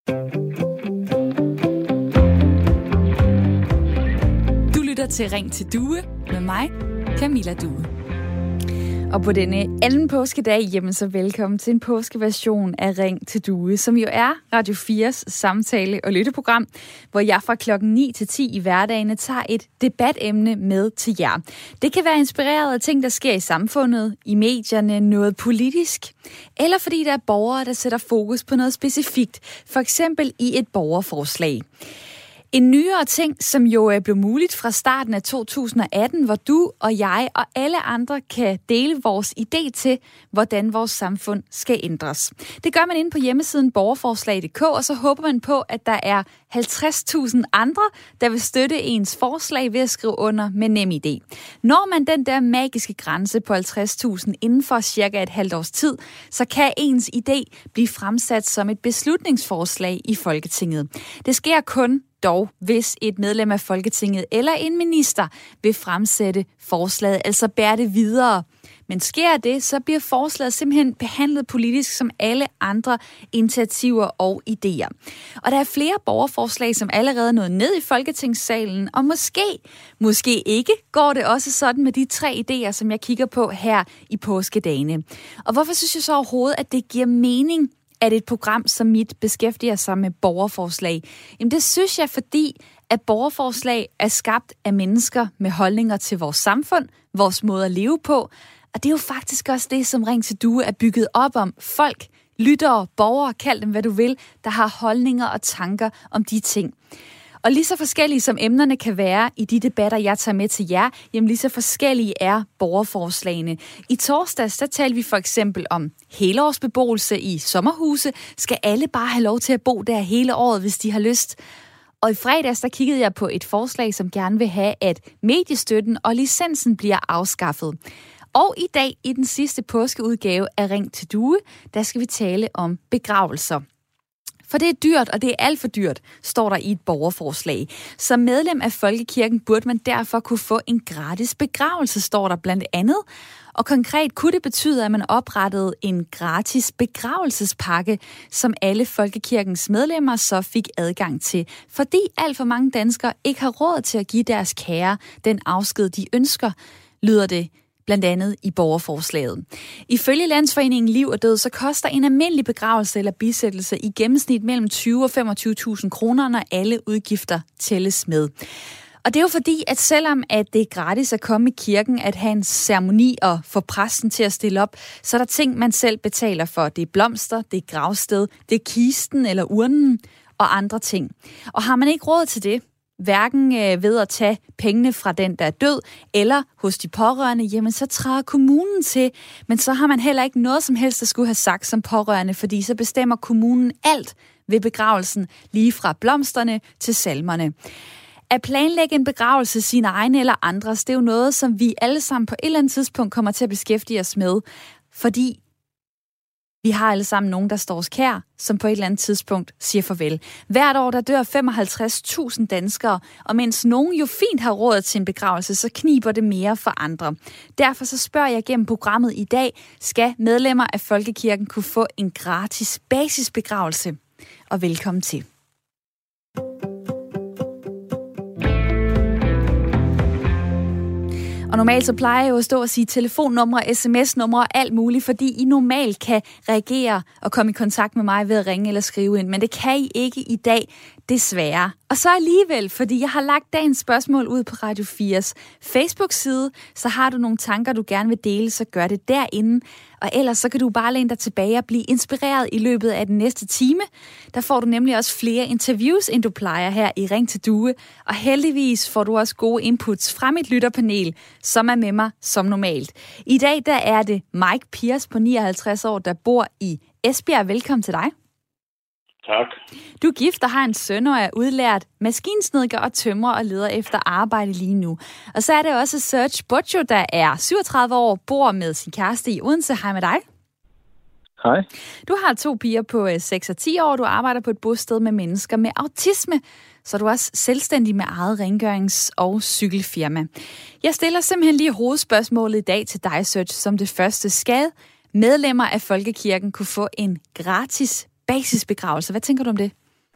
Du lytter til Ring til Due med mig, Camilla Due. Og på denne anden påskedag, jamen så velkommen til en påskeversion af Ring til Due, som jo er Radio 4's samtale- og lytteprogram, hvor jeg fra klokken 9 til 10 i hverdagene tager et debatemne med til jer. Det kan være inspireret af ting, der sker i samfundet, i medierne, noget politisk, eller fordi der er borgere, der sætter fokus på noget specifikt, for eksempel i et borgerforslag. En nyere ting, som jo blev muligt fra starten af 2018, hvor du og jeg og alle andre kan dele vores idé til, hvordan vores samfund skal ændres. Det gør man inde på hjemmesiden borgerforslag.dk, og så håber man på, at der er 50.000 andre, der vil støtte ens forslag ved at skrive under med NemID. Når man den der magiske grænse på 50.000 inden for cirka et halvt års tid, så kan ens idé blive fremsat som et beslutningsforslag i Folketinget. Det sker kun dog, hvis et medlem af Folketinget eller en minister vil fremsætte forslaget, altså bære det videre. Men sker det, så bliver forslaget simpelthen behandlet politisk som alle andre initiativer og idéer. Og der er flere borgerforslag, som allerede er nået ned i Folketingssalen, og måske ikke, går det også sådan med de 3 idéer, som jeg kigger på her i påskedagene. Og hvorfor synes jeg så overhovedet, at det giver mening, at et program som mit beskæftiger sig med borgerforslag? Jamen det synes jeg, fordi at borgerforslag er skabt af mennesker med holdninger til vores samfund, vores måde at leve på. Og det er jo faktisk også det, som Ring til Due er bygget op om. Folk, lyttere, borgere, kald dem hvad du vil, der har holdninger og tanker om de ting. Og lige så forskellige som emnerne kan være i de debatter, jeg tager med til jer, jamen lige så forskellige er borgerforslagene. I torsdags, der talte vi for eksempel om helårsbeboelse i sommerhuse. Skal alle bare have lov til at bo der hele året, hvis de har lyst? Og i fredags, der kiggede jeg på et forslag, som gerne vil have, at mediestøtten og licensen bliver afskaffet. Og i dag, i den sidste påskeudgave af Ring til Due, der skal vi tale om begravelser. For det er dyrt, og det er alt for dyrt, står der i et borgerforslag. Som medlem af Folkekirken burde man derfor kunne få en gratis begravelse, står der blandt andet. Og konkret kunne det betyde, at man oprettede en gratis begravelsespakke, som alle Folkekirkens medlemmer så fik adgang til. Fordi alt for mange danskere ikke har råd til at give deres kære den afsked, de ønsker, lyder det blandt andet i borgerforslaget. Ifølge Landsforeningen Liv og Død, så koster en almindelig begravelse eller bisættelse i gennemsnit mellem 20 og 25.000 kroner, når alle udgifter tælles med. Og det er jo fordi, at selvom at det er gratis at komme i kirken, at have en ceremoni og få præsten til at stille op, så er der ting, man selv betaler for. Det er blomster, det er gravsted, det er kisten eller urnen og andre ting. Og har man ikke råd til det, hverken ved at tage pengene fra den, der er død, eller hos de pårørende, jamen så træder kommunen til. Men så har man heller ikke noget som helst, der skulle have sagt som pårørende, fordi så bestemmer kommunen alt ved begravelsen, lige fra blomsterne til salmerne. At planlægge en begravelse, sine egne eller andres, det er jo noget, som vi alle sammen på et eller andet tidspunkt kommer til at beskæftige os med, fordi vi har alle sammen nogen, der står os kær, som på et eller andet tidspunkt siger farvel. Hvert år, der dør 55.000 danskere, og mens nogen jo fint har råd til en begravelse, så kniber det mere for andre. Derfor så spørger jeg gennem programmet i dag, skal medlemmer af Folkekirken kunne få en gratis basisbegravelse? Og velkommen til. Og normalt så plejer jeg jo at stå og sige telefonnumre, sms-numre og alt muligt, fordi I normalt kan reagere og komme i kontakt med mig ved at ringe eller skrive ind. Men det kan I ikke i dag, desværre. Og så alligevel, fordi jeg har lagt dagens spørgsmål ud på Radio 4's Facebook-side, så har du nogle tanker, du gerne vil dele, så gør det derinde. Og ellers så kan du bare læne dig tilbage og blive inspireret i løbet af den næste time. Der får du nemlig også flere interviews, end du plejer her i Ring til Due. Og heldigvis får du også gode inputs fra mit lytterpanel, som er med mig som normalt. I dag der er det Mike Piers på 59 år, der bor i Esbjerg. Velkommen til dig. Tak. Du er gift og har en søn og er udlært maskinsnedker og tømrer og leder efter arbejde lige nu. Og så er det også Serge Boggio, der er 37 år, bor med sin kæreste i Odense. Hej med dig. Hej. Du har 2 piger på 6 og 10 år. Du arbejder på et bosted med mennesker med autisme. Så er du også selvstændig med eget rengørings- og cykelfirma. Jeg stiller simpelthen lige hovedspørgsmålet i dag til dig, Serge, som det første. Skal medlemmer af Folkekirken kunne få en gratis basisbegravelse? Hvad tænker du om det?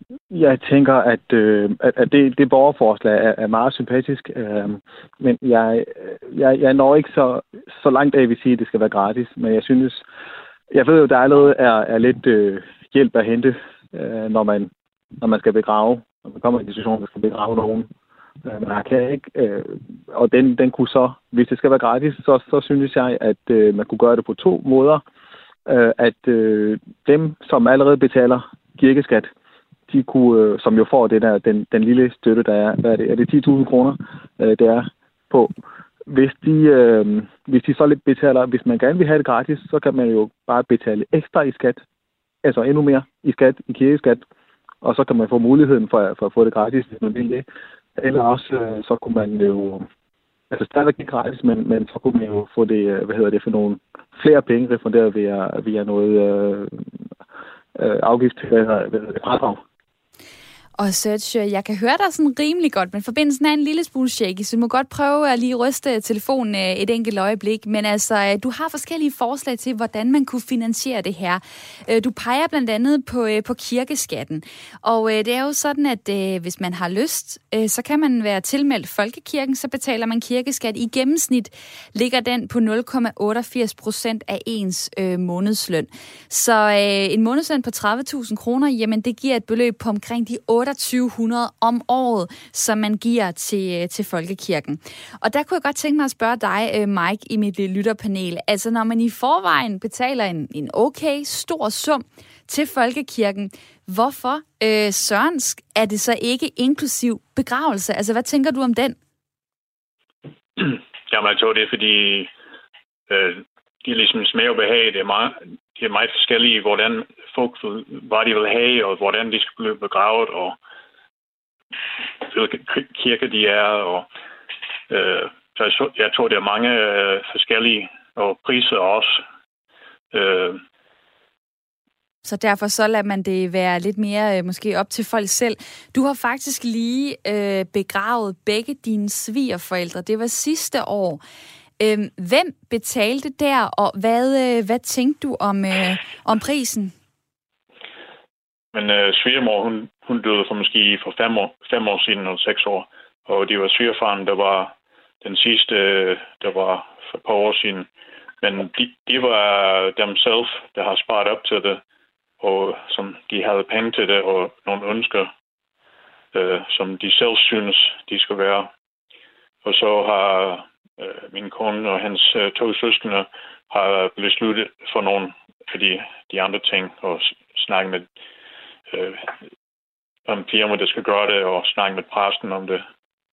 Jeg tænker, at det borgerforslag er meget sympatisk, men jeg når ikke så langt af, at vi siger, at det skal være gratis. Men jeg ved jo, der allerede er lidt hjælp at hente, når man skal begrave. Når man kommer i en diskussion, der skal begrave nogen. Man kan ikke, og den kunne så, hvis det skal være gratis, så synes jeg, at man kunne gøre det på 2 måder. At dem, som allerede betaler kirkeskat, de kunne, som jo får det der, den lille støtte, der er, hvad er det? Er det 10.000 kroner, det er på? Hvis de så lidt betaler, hvis man gerne vil have det gratis, så kan man jo bare betale ekstra i skat, altså endnu mere i skat, i kirkeskat, og så kan man få muligheden for at få det gratis, hvis man vil det. Eller også, så kunne man jo, altså stadigvæk ikke gratis, men så kunne man jo få det, for nogle flere penge refunderet via noget afgift til, fradrag. Og Serge, jeg kan høre dig sådan rimelig godt, men forbindelsen er en lille smule shaky, så du må godt prøve at lige ryste telefonen et enkelt øjeblik. Men altså, du har forskellige forslag til, hvordan man kunne finansiere det her. Du peger blandt andet på kirkeskatten. Og det er jo sådan, at hvis man har lyst, så kan man være tilmeldt folkekirken, så betaler man kirkeskat. I gennemsnit ligger den på 0,88% af ens månedsløn. Så en månedsløn på 30.000 kroner, jamen det giver et beløb på omkring de 2.800 om året, som man giver til folkekirken. Og der kunne jeg godt tænke mig at spørge dig, Mike, i mit lytterpanel. Altså, når man i forvejen betaler en okay stor sum til folkekirken, hvorfor, sørensk, er det så ikke inklusiv begravelse? Altså, hvad tænker du om den? Jamen, jeg tror, det er fordi, de ligesom smag og behag, det er meget forskellige, hvordan folk, hvad de vil have, og hvordan de skal blive begravet, og hvilke kirker de er. Og, så jeg tror, det er mange forskellige, og priser også. Så derfor så lader man det være lidt mere måske op til folk selv. Du har faktisk lige begravet begge dine svigerforældre. Det var sidste år. Hvem betalte der, og hvad tænkte du om prisen? Men svigermor, hun døde for måske for 5 år siden, eller 6 år. Og det var svigerfaren, der var den sidste, der var for et par år siden. Men de var dem selv, der har sparet op til det, og som de havde penge til det, og nogle ønsker, som de selv synes, de skal være. Og så har min kone og hans 2 søskende har besluttet for nogle af de andre ting, og snakke med om firma, der skal gøre det, og snakke med præsten om det.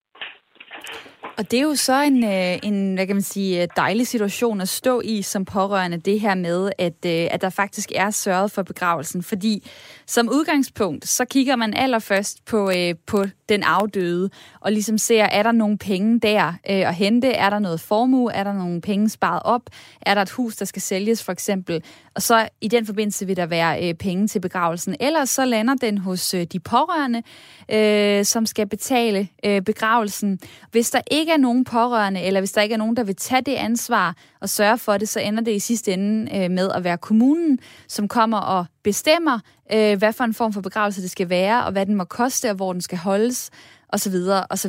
Og det er jo så en hvad kan man sige, dejlig situation at stå i som pårørende, det her med, at der faktisk er sørget for begravelsen. Fordi som udgangspunkt, så kigger man allerførst på den afdøde, og ligesom ser, er der nogle penge der at hente? Er der noget formue? Er der nogle penge sparet op? Er der et hus, der skal sælges for eksempel? Og så i den forbindelse vil der være penge til begravelsen. Ellers så lander den hos de pårørende, som skal betale begravelsen. Hvis der ikke er nogen pårørende, eller hvis der ikke er nogen, der vil tage det ansvar og sørge for det, så ender det i sidste ende med at være kommunen, som kommer og bestemmer, hvad for en form for begravelse det skal være, og hvad den må koste, og hvor den skal holdes, osv. osv.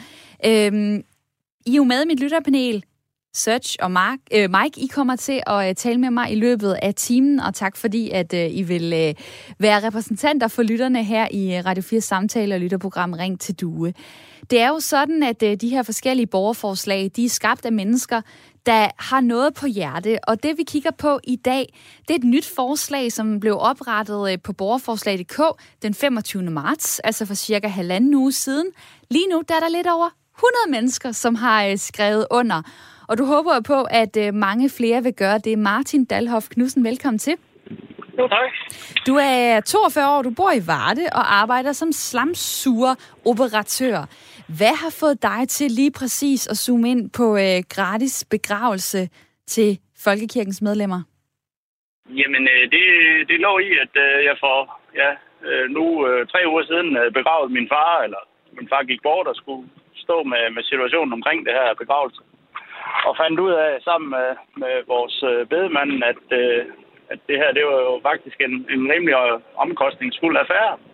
I er jo med i mit lytterpanel. Serge og Mike, I kommer til at tale med mig i løbet af timen, og tak fordi, at I vil være repræsentanter for lytterne her i Radio 4 samtale- og lytterprogram Ring til Due. Det er jo sådan, at de her forskellige borgerforslag, de er skabt af mennesker, der har noget på hjerte. Og det, vi kigger på i dag, det er et nyt forslag, som blev oprettet på borgerforslag.dk den 25. marts, altså for cirka 1,5 uge siden. Lige nu der er der lidt over 100 mennesker, som har skrevet under. Og du håber på, at mange flere vil gøre det. Martin Dalhoff Knudsen, velkommen til. Jo, tak. Du er 42 år, du bor i Varde og arbejder som slamsugeroperatør. Hvad har fået dig til lige præcis at zoome ind på gratis begravelse til Folkekirkens medlemmer? Jamen, det lå i, at jeg for nu 3 uger siden begravede min far, eller min far gik bort og skulle stå med situationen omkring det her begravelse. Og fandt ud af sammen med vores bedemand, at det her, det var jo faktisk en rimelig omkostningsfuld affære.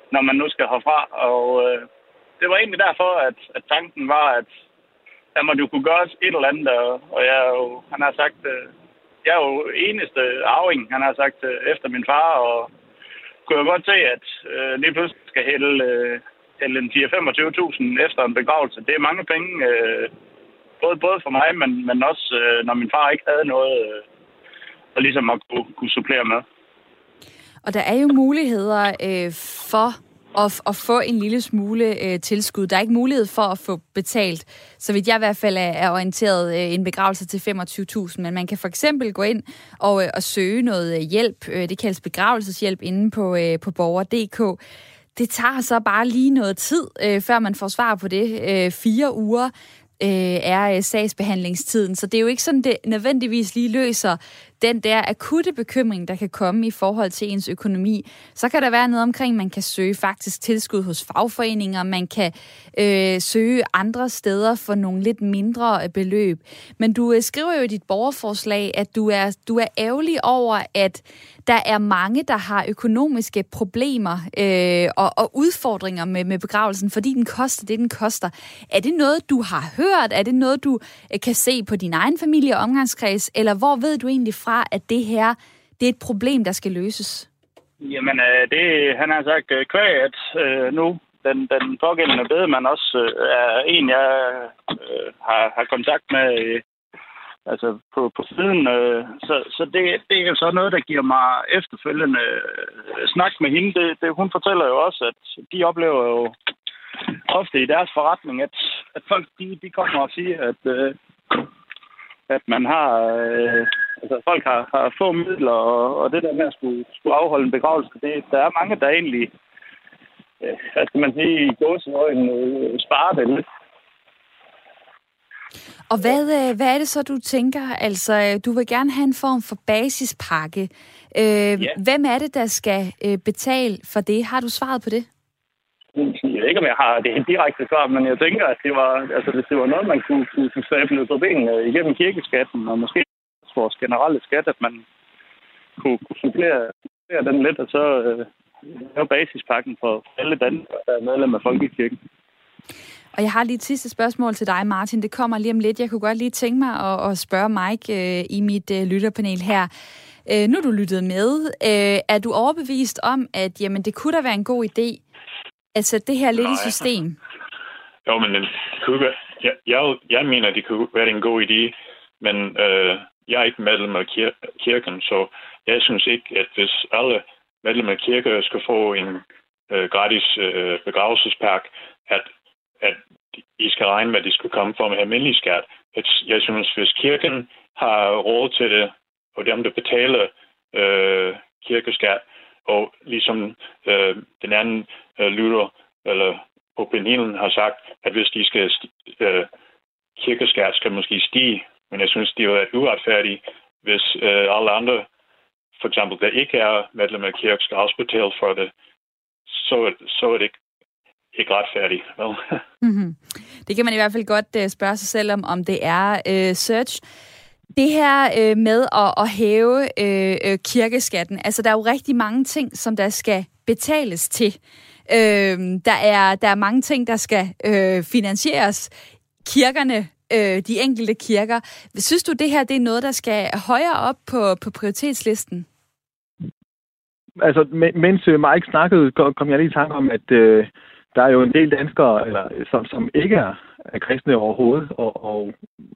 når man nu skal herfra. Og det var egentlig derfor, at tanken var, at der måtte jo kunne gøres et eller andet. Og jeg er jo, han har sagt, jeg er jo eneste arving, han har sagt, efter min far. Og kunne jeg godt se, at lige pludselig skal hælde en 4-25.000 efter en begravelse. Det er mange penge, både for mig, men også når min far ikke havde noget og ligesom at kunne supplere med. Og der er jo muligheder for at få en lille smule tilskud. Der er ikke mulighed for at få betalt, så vidt jeg i hvert fald er orienteret, en begravelse til 25.000, men man kan for eksempel gå ind og søge noget hjælp. Det kaldes begravelseshjælp inde på borger.dk. Det tager så bare lige noget tid, før man får svar på det. 4 uger er sagsbehandlingstiden, så det er jo ikke sådan, det nødvendigvis lige løser den der akutte bekymring, der kan komme i forhold til ens økonomi. Så kan der være noget omkring, man kan søge faktisk tilskud hos fagforeninger, man kan søge andre steder for nogle lidt mindre beløb. Men du skriver jo i dit borgerforslag, at du er ærgerlig over, at der er mange, der har økonomiske problemer og udfordringer med begravelsen, fordi den koster det, den koster. Er det noget, du har hørt? Er det noget, du kan se på din egen familie og omgangskreds? Eller hvor ved du egentlig fra, at det her det er et problem, der skal løses? Jamen, han har sagt kvæg, at nu den pågældende bedemand også er en, jeg har kontakt med altså på siden. Så det er jo så noget, der giver mig efterfølgende snak med hende. Hun fortæller jo også, at de oplever jo ofte i deres forretning, at folk de kommer og siger, at man har folk har få midler, og det der med at skulle afholde en begravelse, der er mange, der egentlig hvad skal man sige, i gåseøjne sparer det lidt. Og hvad er det så, du tænker? Altså, du vil gerne have en form for basispakke. Hvem er det, der skal betale for det? Har du svaret på det? Jeg ved ikke, om jeg har det direkte svar, men jeg tænker, at det var, altså, hvis det var noget, man kunne stable på benene igennem kirkeskatten, og måske vores generelle skat, at man kunne supplere den lidt, og så lave basispakken for alle danskere, der er medlem af Folkekirken. Og jeg har lige et sidste spørgsmål til dig, Martin. Det kommer lige om lidt. Jeg kunne godt lige tænke mig at spørge Mike i mit lytterpanel her. Nu er du lyttet med. Er du overbevist om, at jamen, det kunne da være en god idé at sætte det her lidt i system? Jo, men jeg mener, det kunne være en god idé, men jeg er ikke medlem af kirken, så jeg synes ikke, at hvis alle medlemmer af kirken skal få en gratis begravelsespakke, at I skal regne med, at de skal komme fra en almindelig skat. Jeg synes, hvis kirken har råd til det, og dem, der betaler kirkeskat, og ligesom den anden lytter, eller på panelen har sagt, at hvis de skal kirkeskat skal måske stige, men jeg synes, det er uretfærdigt, hvis alle andre, for eksempel, der ikke er medlem af kirke, skal også betale for det, så er det ikke retfærdigt. Mm-hmm. Det kan man i hvert fald godt spørge sig selv om det er search. Det her med at hæve kirkeskatten, altså der er jo rigtig mange ting, som der skal betales til. Der er mange ting, der skal finansieres. Kirkerne, de enkelte kirker. Synes du, det her det er noget, der skal højere op på prioritetslisten? Altså, mens Mike snakkede, kom jeg lige i tanke om, at der er jo en del danskere, som ikke er kristne overhovedet, og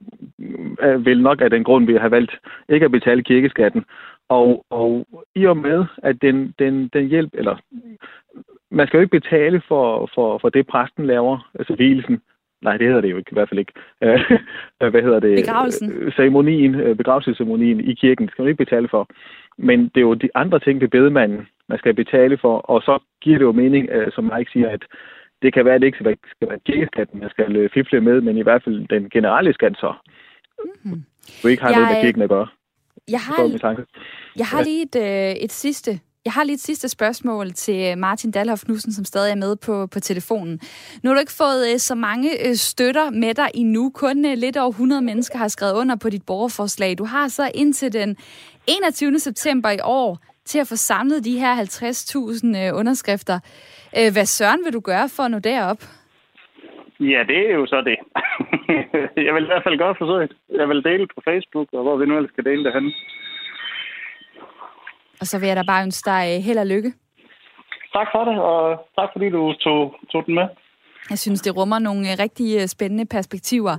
vel nok af den grund, vi har valgt ikke at betale kirkeskatten. Og i og med, at den hjælp, eller man skal jo ikke betale for det, præsten laver, altså vielsen. Nej, det hedder det jo ikke, i hvert fald ikke. Hvad hedder det? Begravelsen. Begravelsesceremonien i kirken skal man ikke betale for. Men det er jo de andre ting ved bedemanden, man skal betale for, og så giver det jo mening, som Mike siger, at det kan være, at det ikke skal være kirkeskatten, man skal fifle med, men i hvert fald den generelle skat så. Mm-hmm. Du ikke har noget med kirken at gøre. Jeg har lige et sidste spørgsmål til Martin Dalhoff Knudsen, som stadig er med på telefonen. Nu har du ikke fået så mange støtter med dig endnu. Kun lidt over 100 mennesker har skrevet under på dit borgerforslag. Du har så indtil den 21. september i år til at få samlet de her 50.000 underskrifter. Hvad søren vil du gøre for at nå derop? Ja, det er jo så det. Jeg vil i hvert fald gøre forsøget. Jeg vil dele på Facebook, og hvor vi nu ellers skal dele det henne. Og så vil jeg da bare ønske dig held og lykke. Tak for det, og tak fordi du tog den med. Jeg synes, det rummer nogle rigtig spændende perspektiver.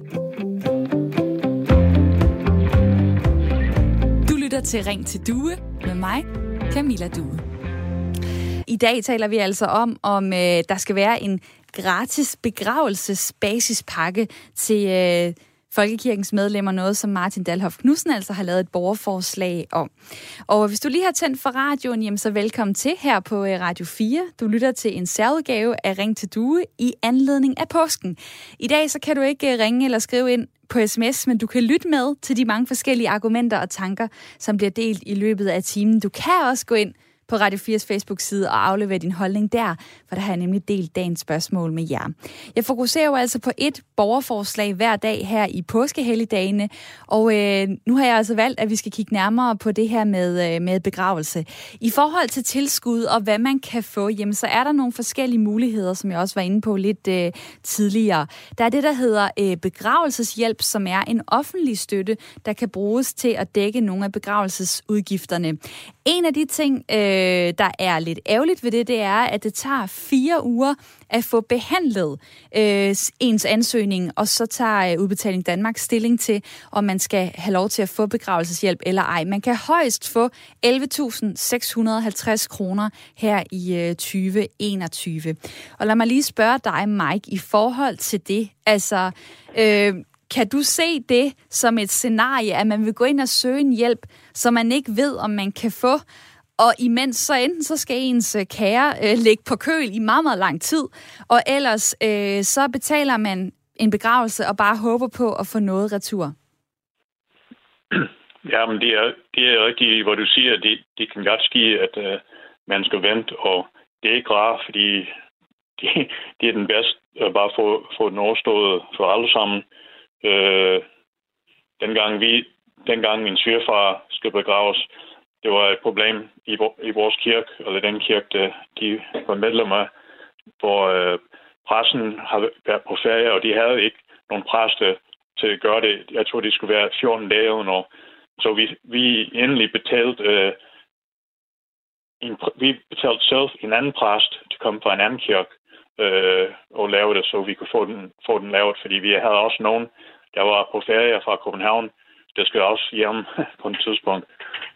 Du lytter til Ring til Due med mig, Camilla Due. I dag taler vi altså om der skal være en gratis begravelsesbasispakke til Folkekirkens medlemmer, noget som Martin Dahlhoff Knudsen altså har lavet et borgerforslag om. Og hvis du lige har tændt for radioen, jamen så velkommen til her på Radio 4. Du lytter til en særudgave af Ring til Due i anledning af påsken. I dag så kan du ikke ringe eller skrive ind på sms, men du kan lytte med til de mange forskellige argumenter og tanker, som bliver delt i løbet af timen. Du kan også gå ind på Radio 4's Facebook-side og aflevere din holdning der, for der har jeg nemlig delt dagens spørgsmål med jer. Jeg fokuserer jo altså på et borgerforslag hver dag her i påskehelligdagene, og nu har jeg altså valgt, at vi skal kigge nærmere på det her med begravelse. I forhold til tilskud og hvad man kan få, jamen så er der nogle forskellige muligheder, som jeg også var inde på lidt tidligere. Der er det, der hedder begravelseshjælp, som er en offentlig støtte, der kan bruges til at dække nogle af begravelsesudgifterne. En af de ting, der er lidt ærgerligt ved det er, at det tager 4 uger at få behandlet ens ansøgning, og så tager Udbetaling Danmark stilling til, om man skal have lov til at få begravelseshjælp eller ej. Man kan højst få 11.650 kroner her i 2021. Og lad mig lige spørge dig, Mike, i forhold til det. Altså, kan du se det som et scenarie, at man vil gå ind og søge en hjælp, som man ikke ved, om man kan få, og imens så enten så skal ens kære ligge på køl i meget, meget lang tid, og ellers så betaler man en begravelse og bare håber på at få noget retur? Ja, men det er rigtigt, hvor du siger, at det kan godt ske, at man skal vente, og det er ikke rart, fordi det er den bedste at bare få den overstået for alle sammen. Dengang min svigerfar skal begraves, det var et problem i vores kirke, eller den kirke, de var medlemmer, hvor præsten har været på ferie, og de havde ikke nogen præster til at gøre det. Jeg tror, det skulle være 14 dage eller noget. Så vi endelig betalte selv en anden præst til at komme fra en anden kirke og lave det, så vi kunne få den lavet, fordi vi havde også nogen, der var på ferie fra København, der skal også hjem på et tidspunkt.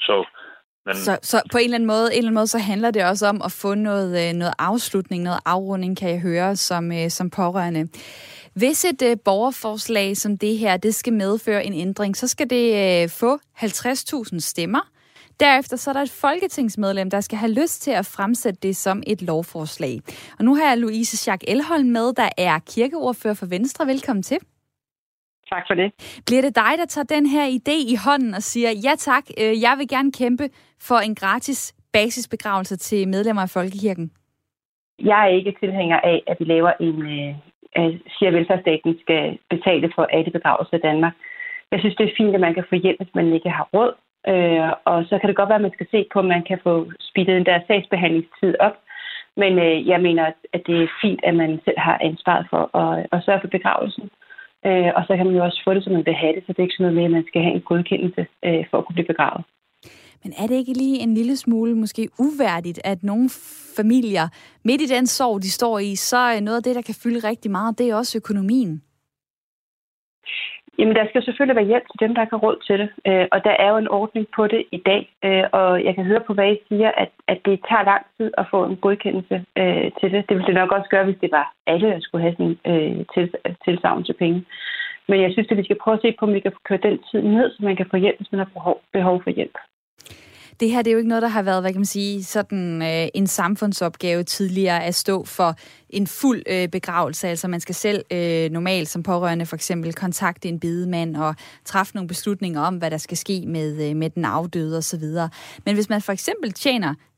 Så på en eller anden måde, så handler det også om at få noget afslutning, noget afrunding, kan jeg høre, som pårørende. Hvis et borgerforslag som det her, det skal medføre en ændring, så skal det få 50.000 stemmer. Derefter så er der et folketingsmedlem, der skal have lyst til at fremsætte det som et lovforslag. Og nu har jeg Louise Schack Elholm med, der er kirkeordfører for Venstre. Velkommen til. Tak for det. Bliver det dig, der tager den her idé i hånden og siger, ja tak, jeg vil gerne kæmpe for en gratis basisbegravelse til medlemmer af Folkekirken? Jeg er ikke tilhænger af, at vi laver siger velfærdsstaten skal betale for alle begravelser i Danmark. Jeg synes, det er fint, at man kan få hjælp, hvis man ikke har råd. Og så kan det godt være, at man skal se på, om man kan få speedet den der sagsbehandlingstid op. Men jeg mener, at det er fint, at man selv har ansvaret for at sørge for begravelsen. Og så kan man jo også få det, som man vil have det, så det er ikke sådan noget med, at man skal have en godkendelse for at kunne blive begravet. Men er det ikke lige en lille smule måske uværdigt, at nogle familier midt i den sorg, de står i, så er noget af det, der kan fylde rigtig meget, det er også økonomien? Jamen, der skal selvfølgelig være hjælp til dem, der ikke har råd til det. Og der er jo en ordning på det i dag. Og jeg kan høre på, hvad I siger, at det tager lang tid at få en godkendelse til det. Det ville det nok også gøre, hvis det var alle, der skulle have sådan tilsagn til penge. Men jeg synes, at vi skal prøve at se på, om vi kan køre den tid ned, så man kan få hjælp, hvis man har behov for hjælp. Det her, det er jo ikke noget, der har været, hvad kan man sige, sådan en samfundsopgave tidligere at stå for en fuld begravelse. Altså man skal selv normalt som pårørende for eksempel kontakte en bedemand og træffe nogle beslutninger om, hvad der skal ske med den afdøde osv. Men hvis man for eksempel tjener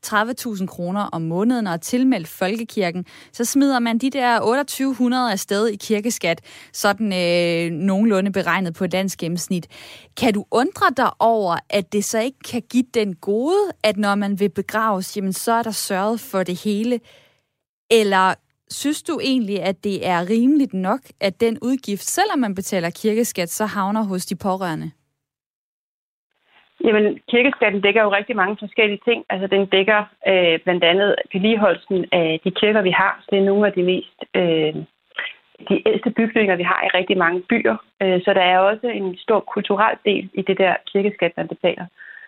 30.000 kroner om måneden og er tilmeldt folkekirken, så smider man de der 2800 afsted i kirkeskat, sådan nogenlunde beregnet på et dansk gennemsnit. Kan du undre dig over, at det så ikke kan give den gode, at når man vil begraves, jamen så er der sørget for det hele? Eller synes du egentlig, at det er rimeligt nok, at den udgift, selvom man betaler kirkeskat, så havner hos de pårørende? Jamen, kirkeskatten dækker jo rigtig mange forskellige ting. Altså, den dækker blandt andet vedligeholdelsen af de kirker, vi har. Det er nogle af de ældste bygninger, vi har i rigtig mange byer. Så der er også en stor kulturel del i det der kirkeskat, man betaler.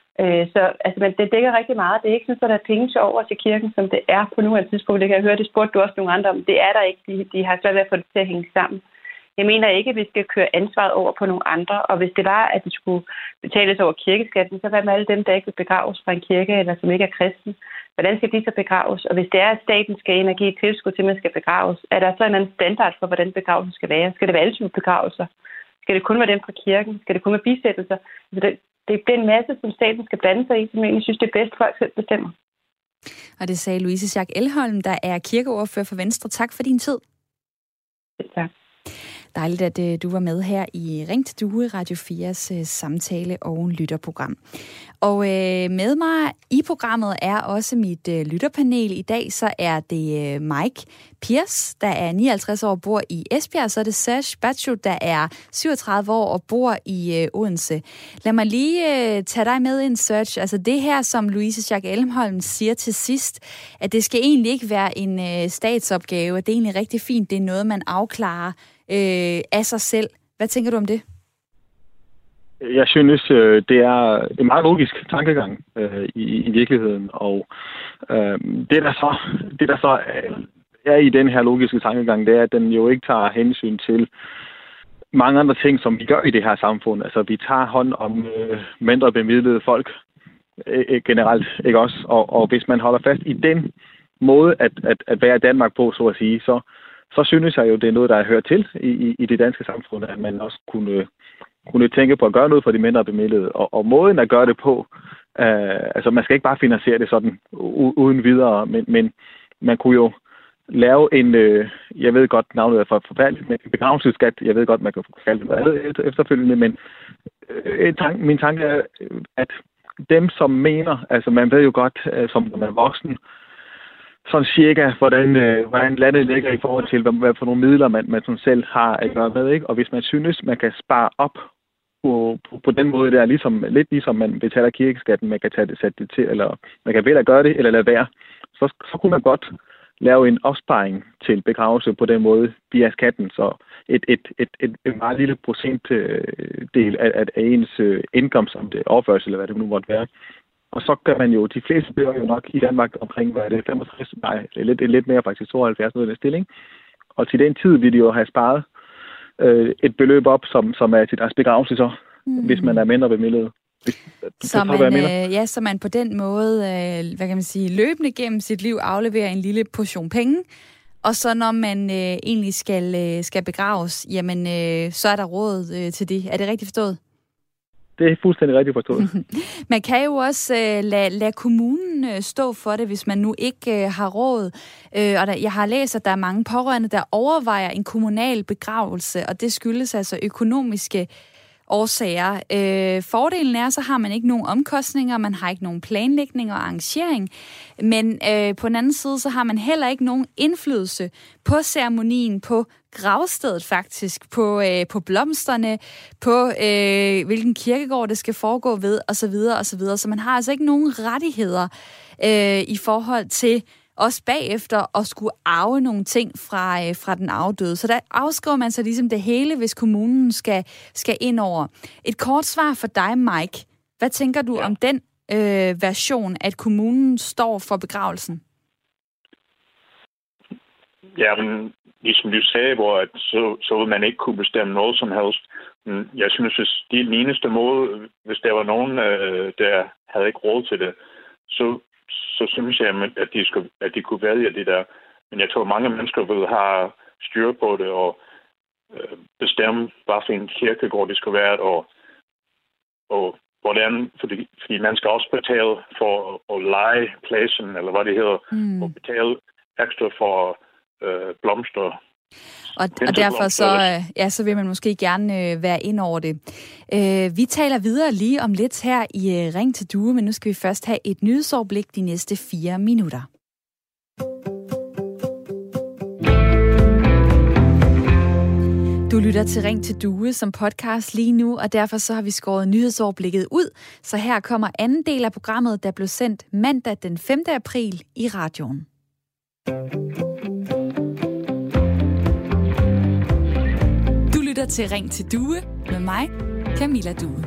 Men det dækker rigtig meget. Det er ikke sådan, at der er penge til over til kirken, som det er på nuværende tidspunkt. Det kan jeg høre, det spurgte du også nogle andre om. Det er der ikke. De har svært ved at få det til at hænge sammen. Jeg mener ikke, at vi skal køre ansvaret over på nogle andre, og hvis det var, at det skulle betales over kirkeskatten, så hvad med alle dem, der ikke vil begraves fra en kirke, eller som ikke er kristen? Hvordan skal de så begraves? Og hvis det er, at staten skal ind og give et tilskud til, at man skal begraves, er der så en anden standard for, hvordan begravelsen skal være? Skal det være alle typer begravelser? Skal det kun være dem fra kirken? Skal det kun være bisættelser? Det er en masse, som staten skal blande sig i, som jeg egentlig synes, det er bedst, folk selv bestemmer. Og det sagde Louise Schack Elholm, der er kirkeordfører for Venstre. Tak for din tid. Tak. Dejligt, at du var med her i Ring til Due, Radio 4's samtale- og lytterprogram. Og med mig i programmet er også mit lytterpanel. I dag så er det Mike Piers, der er 59 år og bor i Esbjerg. Så er det Serge Batjo, der er 37 år og bor i Odense. Lad mig lige tage dig med ind, Serge. Altså det her, som Louise Schack Elholm siger til sidst, at det skal egentlig ikke være en statsopgave, at det er egentlig rigtig fint, det er noget, man afklarer af sig selv. Hvad tænker du om det? Jeg synes, det er en meget logisk tankegang i virkeligheden, og det der så er i den her logiske tankegang, det er, at den jo ikke tager hensyn til mange andre ting, som vi gør i det her samfund. Altså, vi tager hånd om mindre bemidlede folk generelt, ikke også? Og hvis man holder fast i den måde at være i Danmark på, så at sige, så synes jeg jo, det er noget, der er hørt til i det danske samfund, at man også kunne tænke på at gøre noget for de mindre bemidlede. Og måden at gøre det på, altså man skal ikke bare finansiere det sådan uden videre, men man kunne jo lave en, jeg ved godt, navnet er forfærdeligt, men en begravelsesskat, jeg ved godt, man kan kalde det noget efterfølgende, men min tanke er, at dem, som mener, altså man ved jo godt, som man er voksen, sådan cirka, hvordan landet ligger i forhold til, hvad for nogle midler man sådan selv har at gøre med, ikke? Og hvis man synes, man kan spare op på den måde der, lidt ligesom man betaler kirkeskatten, man kan sætte det til, eller man kan vælge at gøre det, eller lade være, så kunne man godt lave en opsparing til begravelse på den måde via skatten, så et meget lille procentdel af ens indkomst, om det overførsel, eller hvad det nu måtte være. Og så kan man jo, de fleste bliver jo nok i Danmark omkring, hvad er det, 65, nej, lidt mere faktisk 72 noget af den stilling. Og til den tid vil de jo have sparet et beløb op, som er til deres begravelse så, hvis man er mindre bemidlet. Så man på den måde, hvad kan man sige, løbende gennem sit liv afleverer en lille portion penge, og så når man egentlig skal begraves, jamen så er der råd til det. Er det rigtigt forstået? Det er fuldstændig rigtigt forstået. Man kan jo også lade kommunen stå for det, hvis man nu ikke har råd. Og jeg har læst, at der er mange pårørende, der overvejer en kommunal begravelse, og det skyldes altså økonomiske årsager. Fordelen er, så har man ikke nogen omkostninger, man har ikke nogen planlægning og arrangering, men på den anden side, så har man heller ikke nogen indflydelse på ceremonien, på gravstedet faktisk, på blomsterne, på hvilken kirkegård det skal foregå ved, osv. osv. Så man har altså ikke nogen rettigheder i forhold til også bagefter at skulle arve nogle ting fra den afdøde. Så der afskriver man sig ligesom det hele, hvis kommunen skal ind over. Et kort svar for dig, Mike. Hvad tænker du om den version, at kommunen står for begravelsen? Ja, men ligesom du sagde, hvor så vil man ikke kunne bestemme noget som helst. Men jeg synes, hvis det er den eneste måde, hvis der var nogen, der havde ikke råd til det, så synes jeg, at de kunne vælge det der. Men jeg tror, mange mennesker vil have styr på det og bestemme, hvad for en kirkegård det skal være, og hvordan, fordi man skal også betale for at leje pladsen, eller hvad det hedder, og betale ekstra for blomster. Og derfor så vil man måske gerne være ind over det. Vi taler videre lige om lidt her i Ring til Due, men nu skal vi først have et nyhedsoverblik de næste 4 minutter. Du lytter til Ring til Due som podcast lige nu, og derfor så har vi skåret nyhedsoverblikket ud. Så her kommer anden del af programmet, der blev sendt mandag den 5. april i radioen. Du lytter til Ring til Due med mig, Camilla Due.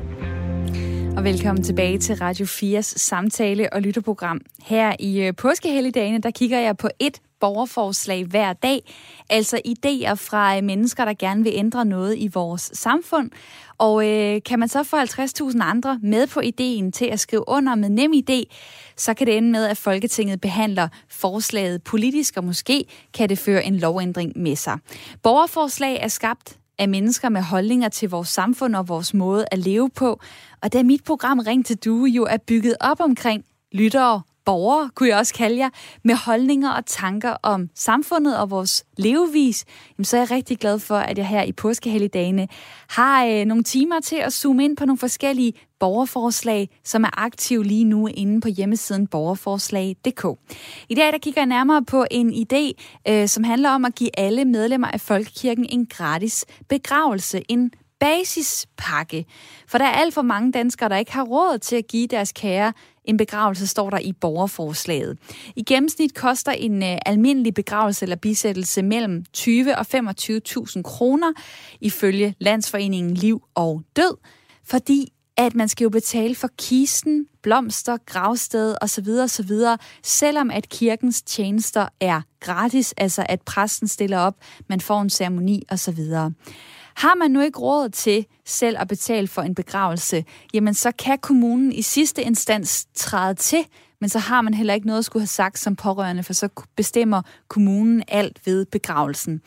Og velkommen tilbage til Radio 4's samtale- og lytterprogram. Her i påskehelligdagene, der kigger jeg på et borgerforslag hver dag, altså idéer fra mennesker, der gerne vil ændre noget i vores samfund. Og kan man så få 50.000 andre med på ideen til at skrive under med NemID, så kan det ende med, at Folketinget behandler forslaget politisk, og måske kan det føre en lovændring med sig. Borgerforslag er skabt af mennesker med holdninger til vores samfund og vores måde at leve på. Og da mit program Ring til Due jo er bygget op omkring lyttere, borgere, kunne jeg også kalde jer, med holdninger og tanker om samfundet og vores levevis, så er jeg rigtig glad for, at jeg her i påskehelligdagene har nogle timer til at zoome ind på nogle forskellige borgerforslag, som er aktive lige nu inde på hjemmesiden borgerforslag.dk. I dag der kigger jeg nærmere på en idé, som handler om at give alle medlemmer af Folkekirken en gratis begravelse, en basispakke. For der er alt for mange danskere, der ikke har råd til at give deres kære en begravelse, står der i borgerforslaget. I gennemsnit koster en almindelig begravelse eller bisættelse mellem 20 og 25.000 kroner, ifølge Landsforeningen Liv og Død, fordi at man skal jo betale for kisten, blomster, gravsted osv., selvom at kirkens tjenester er gratis, altså at præsten stiller op, man får en ceremoni osv. Har man nu ikke råd til selv at betale for en begravelse, jamen så kan kommunen i sidste instans træde til, men så har man heller ikke noget at skulle have sagt som pårørende, for så bestemmer kommunen alt ved begravelsen.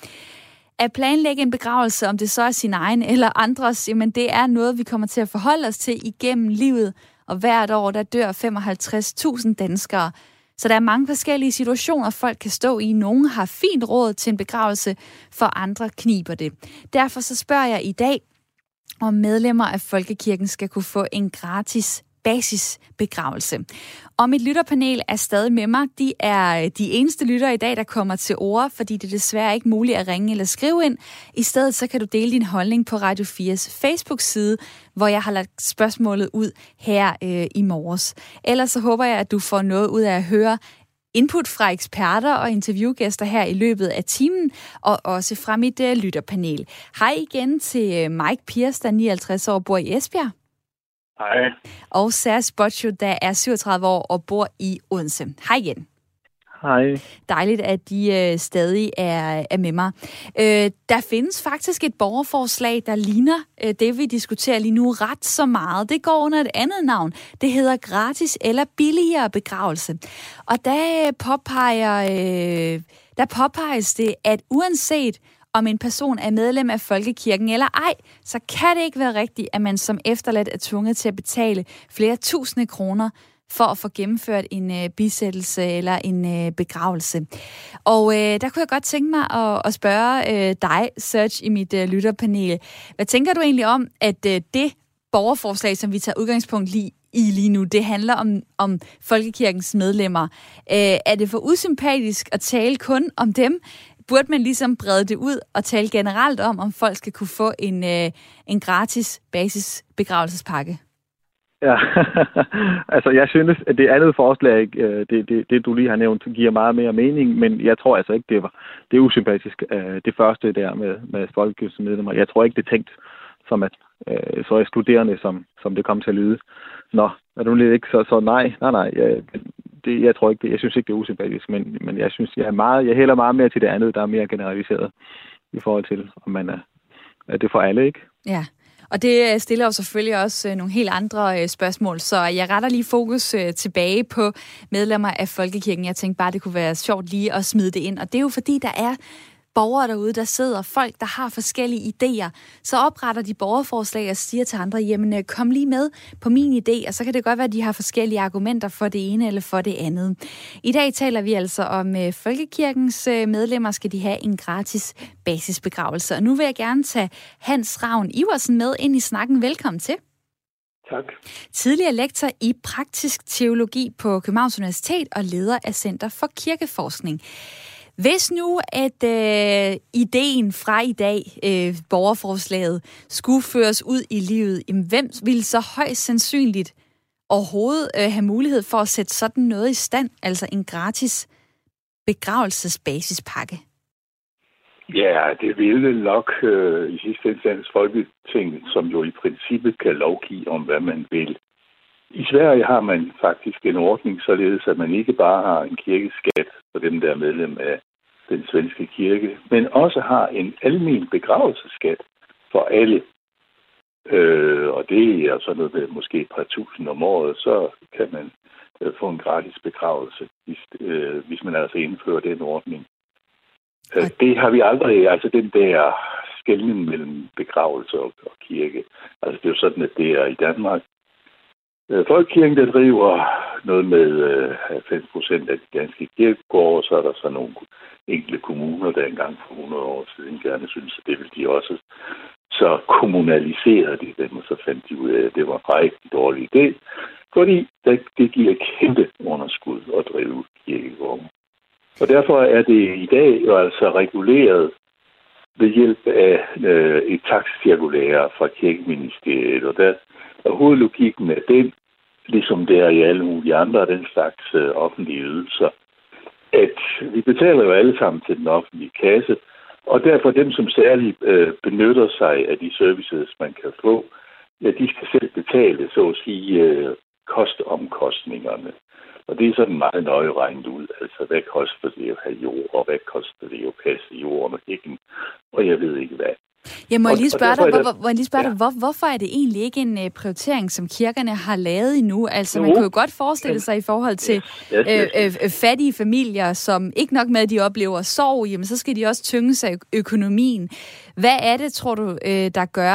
At planlægge en begravelse, om det så er sin egen eller andres, jamen det er noget, vi kommer til at forholde os til igennem livet, og hvert år der dør 55.000 danskere. Så der er mange forskellige situationer, folk kan stå i. Nogle har fint råd til en begravelse, for andre kniber det. Derfor så spørger jeg i dag, om medlemmer af Folkekirken skal kunne få en gratis basisbegravelse. Og mit lytterpanel er stadig med mig. De er de eneste lyttere i dag, der kommer til ord, fordi det er desværre ikke muligt at ringe eller skrive ind. I stedet så kan du dele din holdning på Radio 4's Facebook-side, hvor jeg har lagt spørgsmålet ud her i morges. Ellers så håber jeg, at du får noget ud af at høre input fra eksperter og interviewgæster her i løbet af timen, og også fra mit lytterpanel. Hej igen til Mike Piers, der er 59 år og bor i Esbjerg. Hej. Og Sars Boccio, der er 37 år og bor i Odense. Hej igen. Hej. Dejligt, at de stadig er med mig. Der findes faktisk et borgerforslag, der ligner det, vi diskuterer lige nu ret så meget. Det går under et andet navn. Det hedder gratis eller billigere begravelse. Og der påpeges det, at uanset om en person er medlem af Folkekirken eller ej, så kan det ikke være rigtigt, at man som efterladt er tvunget til at betale flere tusinde kroner for at få gennemført en bisættelse eller en begravelse. Og der kunne jeg godt tænke mig at spørge dig, Serge, i mit lytterpanel. Hvad tænker du egentlig om, at det borgerforslag, som vi tager udgangspunkt lige nu, det handler om Folkekirkens medlemmer? Er det for usympatisk at tale kun om dem? Burde man ligesom brede det ud og tale generelt om folk skal kunne få en gratis basisbegravelsespakke? Ja, altså jeg synes, at det andet forslag, det du lige har nævnt, giver meget mere mening, men jeg tror altså ikke, det er usympatisk. Det første der med Folkekirkens medlemmer, jeg tror ikke, det er tænkt som at så ekskluderende, som det kom til at lyde. Nå, er du lidt ikke så nej. Jeg tror ikke, jeg synes ikke, det er usympatisk, men jeg synes, jeg hælder meget mere til det andet, der er mere generaliseret i forhold til, om man er det for alle, ikke? Ja, og det stiller jo selvfølgelig også nogle helt andre spørgsmål, så jeg retter lige fokus tilbage på medlemmer af Folkekirken. Jeg tænkte bare, det kunne være sjovt lige at smide det ind, og det er jo fordi, der er borgere derude, der sidder, folk, der har forskellige idéer, så opretter de borgerforslag og siger til andre, jamen kom lige med på min idé, og så kan det godt være, at de har forskellige argumenter for det ene eller for det andet. I dag taler vi altså om Folkekirkens medlemmer, skal de have en gratis basisbegravelse. Og nu vil jeg gerne tage Hans Ravn Iversen med ind i snakken. Velkommen til. Tak. Tidligere lektor i praktisk teologi på Københavns Universitet og leder af Center for Kirkeforskning. Hvis nu, at ideen fra i dag, borgerforslaget, skulle føres ud i livet, hvem ville så højst sandsynligt overhovedet have mulighed for at sætte sådan noget i stand, altså en gratis begravelsesbasispakke? Ja, det ville nok i sidste instans Folketinget, som jo i princippet kan lovgive om, hvad man vil. I Sverige har man faktisk en ordning, således at man ikke bare har en kirkeskat for dem, der er medlem af den svenske kirke, men også har en almen begravelsesskat for alle. Og det er sådan noget med måske et par tusind om året, så kan man få en gratis begravelse, hvis man altså indfører den ordning. Det har vi aldrig, altså den der skelnen mellem begravelse og kirke. Altså det er jo sådan, at det er i Danmark. Folkekirken, der driver noget med 90% af de danske kirkegårde, så er der så nogle enkelte kommuner, der engang for 100 år siden gerne synes, at det vil de også. Så kommunaliserede de dem, og så fandt de ud af, at det var en rigtig dårlig idé, fordi det giver kæmpe underskud at drive kirkegårde. Og derfor er det i dag jo altså reguleret ved hjælp af et takstcirkulære fra Kirkeministeriet. Og der er hovedlogikken af den, ligesom det er i alle mulige andre af den slags offentlige ydelser, at vi betaler jo alle sammen til den offentlige kasse, og derfor dem, som særligt benytter sig af de services, man kan få, ja, de skal selv betale, så at sige, kostomkostningerne. Og det er sådan meget nøje regnet ud. Altså, hvad koster det at have jord, og hvad koster det at passe jorden og hækken, og jeg ved ikke hvad. Jeg må lige spørge dig, hvorfor er det egentlig ikke en prioritering, som kirkerne har lavet endnu? Altså, man kunne jo godt forestille sig i forhold til fattige familier, som ikke nok med, at de oplever sorg, jamen så skal de også tynge sig økonomien. Hvad er det, tror du, der gør,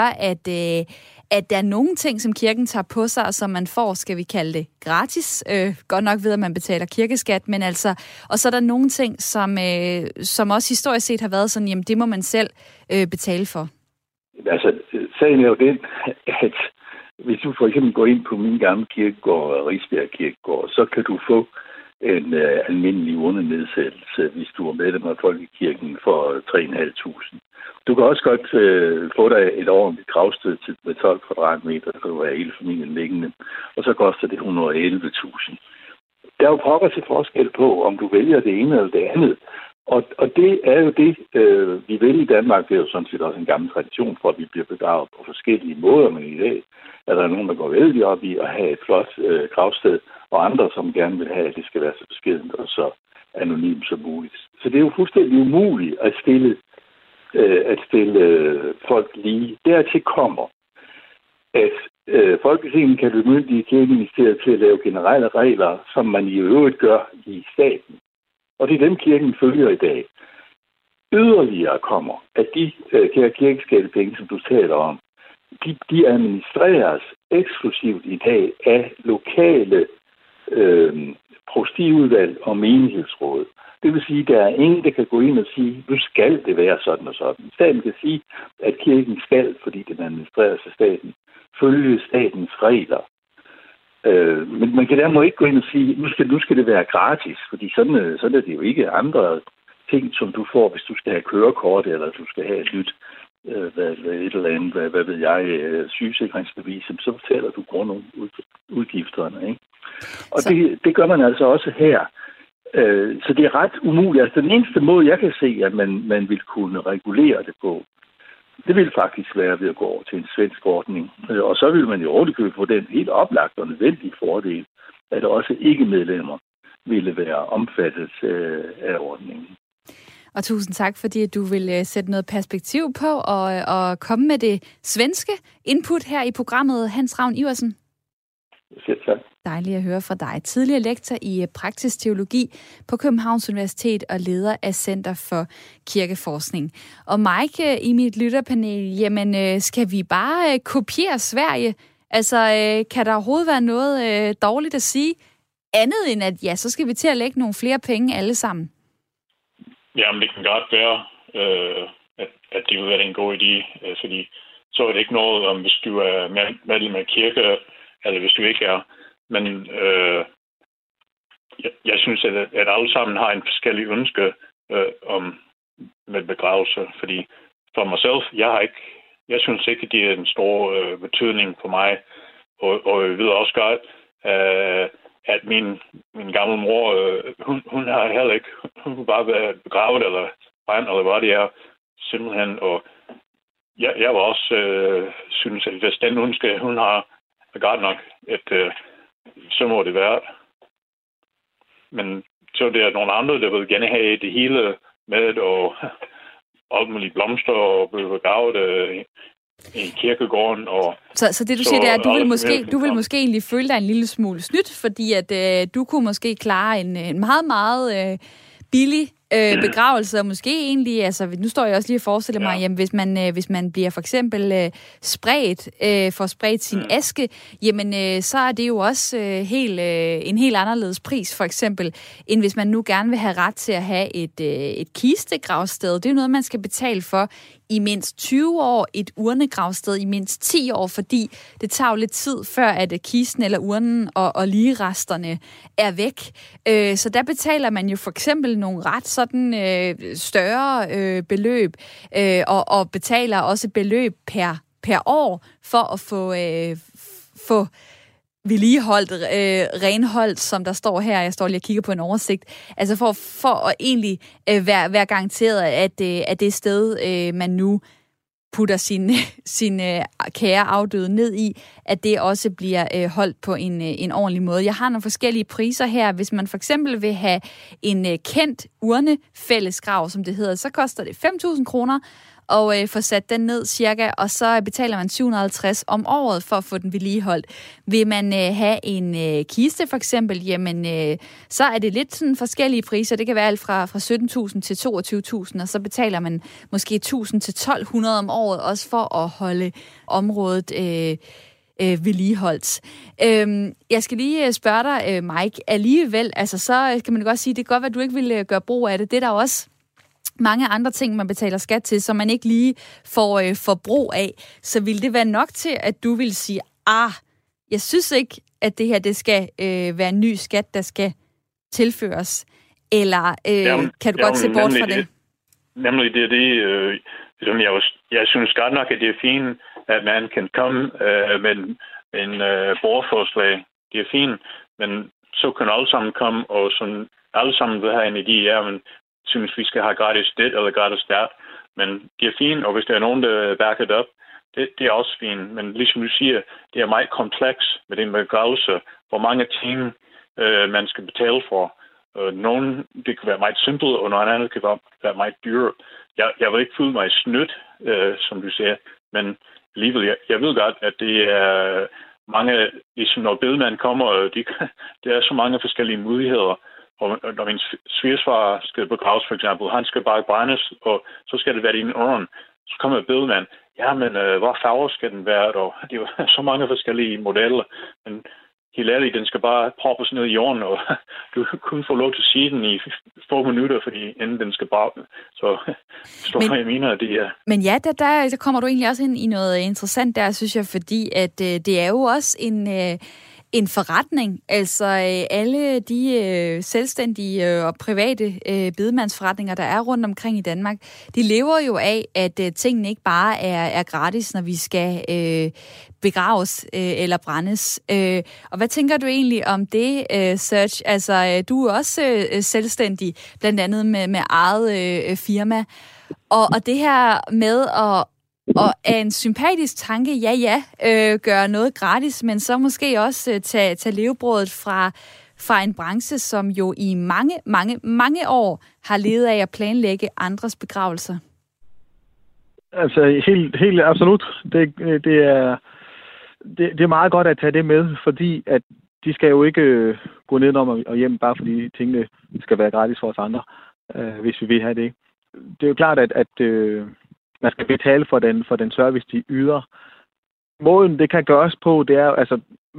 at der er nogle ting, som kirken tager på sig, og som man får, skal vi kalde det, gratis. Godt nok ved, at man betaler kirkeskat, men altså, og så er der nogle ting, som også historisk set har været sådan, jamen det må man selv betale for. Altså, sagen er jo den, at hvis du for eksempel går ind på min gamle kirkegård, Risbjerg Kirkegård, så kan du få en almindelig urnenedsættelse, hvis du er medlem af Folkekirken for 3.500. Du kan også godt få dig et ordentligt gravsted med 12 kvadratmeter, så du har hele familien liggende, og så koster det 111.000. Der er jo pokker til forskel på, om du vælger det ene eller det andet. Og det er jo det, vi vælger i Danmark. Det er jo sådan set også en gammel tradition for, at vi bliver begravet på forskellige måder, men i dag er der nogen, der går vældig op i at have et flot gravsted, og andre, som gerne vil have, at det skal være så beskedent og så anonymt som muligt. Så det er jo fuldstændig umuligt at stille folk lige. Dertil kommer, at Folketinget kan bemyndige Kirkeministeriet til at lave generelle regler, som man i øvrigt gør i staten. Og det er dem, kirken følger i dag. Yderligere kommer, at de kirkeskatepenge, som du taler om, de administreres eksklusivt i dag af lokale provstiudvalg og menighedsråd. Det vil sige, at der er ingen, der kan gå ind og sige, nu skal det være sådan og sådan. Staten kan sige, at kirken skal, fordi den administreres af staten, følge statens regler. Men man kan dermed ikke gå ind og sige, nu skal det være gratis, fordi sådan er det jo ikke andre ting, som du får, hvis du skal have kørekort, eller du skal have et nyt et eller andet, hvad ved jeg, sygesikringsbevis, så betaler du grundudgifterne, ikke? Og det gør man altså også her. Så det er ret umuligt. Altså den eneste måde, jeg kan se, at man vil kunne regulere det på, det vil faktisk være ved at gå over til en svensk ordning. Og så vil man jo overkøbe på den helt oplagt og nødvendige fordel, at også ikke-medlemmer ville være omfattet af ordningen. Og tusind tak, fordi du vil sætte noget perspektiv på og komme med det svenske input her i programmet, Hans Ravn Iversen. Selv tak. Dejligt at høre fra dig. Tidligere lektor i praktisk teologi på Københavns Universitet og leder af Center for Kirkeforskning. Og Mike i mit lytterpanel, jamen skal vi bare kopiere Sverige? Altså kan der overhovedet være noget dårligt at sige? Andet end at ja, så skal vi til at lægge nogle flere penge alle sammen. Jamen det kan godt være, at det vil være en god idé, fordi så er det ikke noget om, hvis du er medlem af kirke, eller hvis du ikke er. Men jeg synes, at alle sammen har en forskellig ønske om med begravelse, fordi for mig selv, jeg synes ikke, at det er en stor betydning for mig, og jeg ved også godt, at min gamle mor, hun har heller ikke, hun kunne bare være begravet eller brændt, eller hvad det er, simpelthen, og jeg var også synes, at hvis den ønske, hun har, er godt nok, at så må det være. Men så er der nogle andre, der vil gerne have det hele med, og alt muligt blomster, og blive begravet i kirkegården. Og så det, du siger, det er, at du vil måske egentlig føle dig en lille smule snydt, fordi at du kunne måske klare en meget, meget billig begravelse, og måske egentlig, altså nu står jeg også lige og forestiller mig, jamen, hvis man bliver for eksempel får spredt sin aske, jamen så er det jo også en helt anderledes pris, for eksempel, end hvis man nu gerne vil have ret til at have et kistegravsted. Det er jo noget, man skal betale for i mindst 20 år, et urnegravsted i mindst 10 år, fordi det tager jo lidt tid, før at kisten eller urnen og ligeresterne er væk. Så der betaler man jo for eksempel nogle ret sådan større beløb, og betaler også beløb per år for at få vedligeholdt, renholdt, som der står her. Jeg står lige og kigger på en oversigt. Altså for at egentlig være garanteret, at det sted, man nu putter sin kære afdøde ned i, at det også bliver holdt på en ordentlig måde. Jeg har nogle forskellige priser her. Hvis man for eksempel vil have en kendt urnefællesgrav, som det hedder, så koster det 5.000 kroner, og få sat den ned cirka, og så betaler man 750 om året for at få den vedligeholdt. Vil man have en kiste for eksempel, jamen så er det lidt sådan forskellige priser. Det kan være alt fra 17.000 til 22.000, og så betaler man måske 1.000 til 1.200 om året, også for at holde området vedligeholdt. Jeg skal lige spørge dig, Mike, alligevel, altså så kan man godt sige, det kan godt være, at du ikke vil gøre brug af det. Det er der også mange andre ting, man betaler skat til, som man ikke lige får brug af. Så vil det være nok til, at du vil sige, jeg synes ikke, at det her det skal være en ny skat, der skal tilføres? Eller kan du godt se bort fra det? Nemlig det, som jeg synes godt nok, at det er fint, at man kan komme med en borgerforslag. Det er fint, men så kan alle sammen komme, og sådan, alle sammen vil have en idé, men synes, vi skal have gratis det eller gratis det. Men det er fint, og hvis der er nogen, der backer det op, det er også fint. Men ligesom du siger, det er meget kompleks med den begravelse, hvor mange ting man skal betale for. Nogle, det kan være meget simpelt, og noget andet kan være meget dyrt. Jeg vil ikke føle mig snydt, som du siger, men alligevel, jeg ved godt, at det er mange, ligesom når bedemand kommer, det er så mange forskellige muligheder. Og når min svigersfar skal begraves, for eksempel, han skal bare brændes, og så skal det være i en urn. Så kommer bedemand, men hvor farve skal den være? Og det er jo så mange forskellige modeller. Men helt ærligt, den skal bare proppes ned i jorden, og du kun får lov til at sige den i få minutter, fordi inden den skal bare. Så står jeg mener, at det er. Men ja, der kommer du egentlig også ind i noget interessant der, synes jeg, fordi at det er jo også en forretning. Altså alle de selvstændige og private bedemandsforretninger, der er rundt omkring i Danmark, de lever jo af, at tingene ikke bare er gratis, når vi skal begraves eller brændes. Og hvad tænker du egentlig om det, Serge? Altså, du er også selvstændig, blandt andet med eget firma. Og det her med og er en sympatisk tanke, gøre noget gratis, men så måske også tage levebrødet fra en branche, som jo i mange år har levet af at planlægge andres begravelser. Altså helt absolut. Det er meget godt at tage det med, fordi at de skal jo ikke gå nedenom og hjem, bare fordi tingene skal være gratis for os andre, hvis vi vil have det. Det er jo klart, at man skal betale for den service, de yder. Måden, det kan gøres på, det er altså,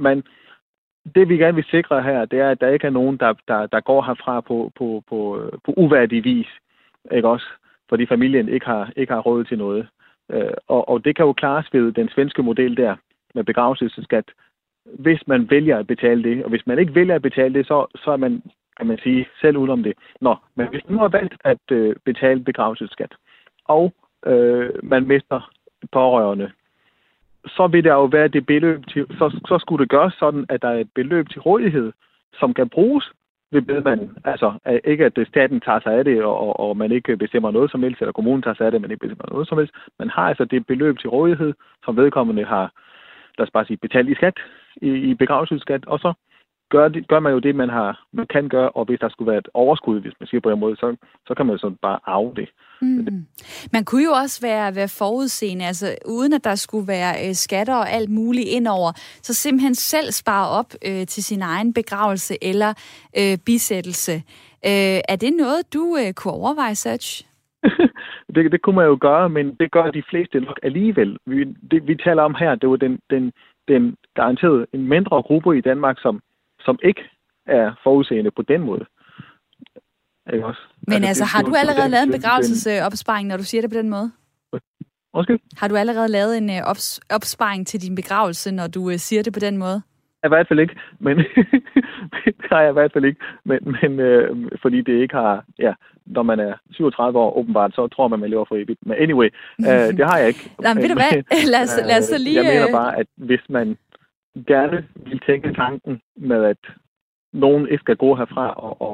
det vi gerne vil sikre her, det er, at der ikke er nogen, der går herfra på uværdig vis, ikke også? Fordi familien ikke har råd til noget. Og det kan jo klares ved den svenske model der, med begravelsesskat, hvis man vælger at betale det. Og hvis man ikke vælger at betale det, så er man, kan man sige, selv udenom det. Men hvis man nu har valgt at betale begravelsesskat, og man mister pårørende, så vil der jo være det beløb til, så skulle det gøres sådan, at der er et beløb til rådighed, som kan bruges ved bedemanden. Altså ikke, at staten tager sig af det, og man ikke bestemmer noget som helst, eller kommunen tager sig af det, men ikke bestemmer noget som helst. Man har altså det beløb til rådighed, som vedkommende har, lad os bare sige, betalt i skat, i begravelsesskat, og så gør man jo det, man kan gøre, og hvis der skulle være et overskud, hvis man siger på den måde, så kan man jo sådan bare arve det. Man kunne jo også være forudseende, altså uden at der skulle være skatter og alt muligt indover, så simpelthen selv spare op til sin egen begravelse eller bisættelse. Er det noget, du kunne overveje, Serge? Det kunne man jo gøre, men det gør de fleste nok alligevel. Vi taler om her, det var den garanteret en mindre gruppe i Danmark, som ikke er forudseende på den måde. Ikke også? Men altså har du allerede lavet en begravelsesopsparing, når du siger det på den måde? Undskyld? Har du allerede lavet en opsparing til din begravelse, når du siger det på den måde? I hvert fald ikke, men det har jeg i hvert fald ikke. Men fordi det ikke har, når man er 37 år åbenbart, så tror man lever for evigt. Men anyway, det har jeg ikke. Nå, men ved du hvad? Lad os så lige... Jeg mener bare, at hvis man gerne vil tænke tanken med, at nogen ikke skal gå herfra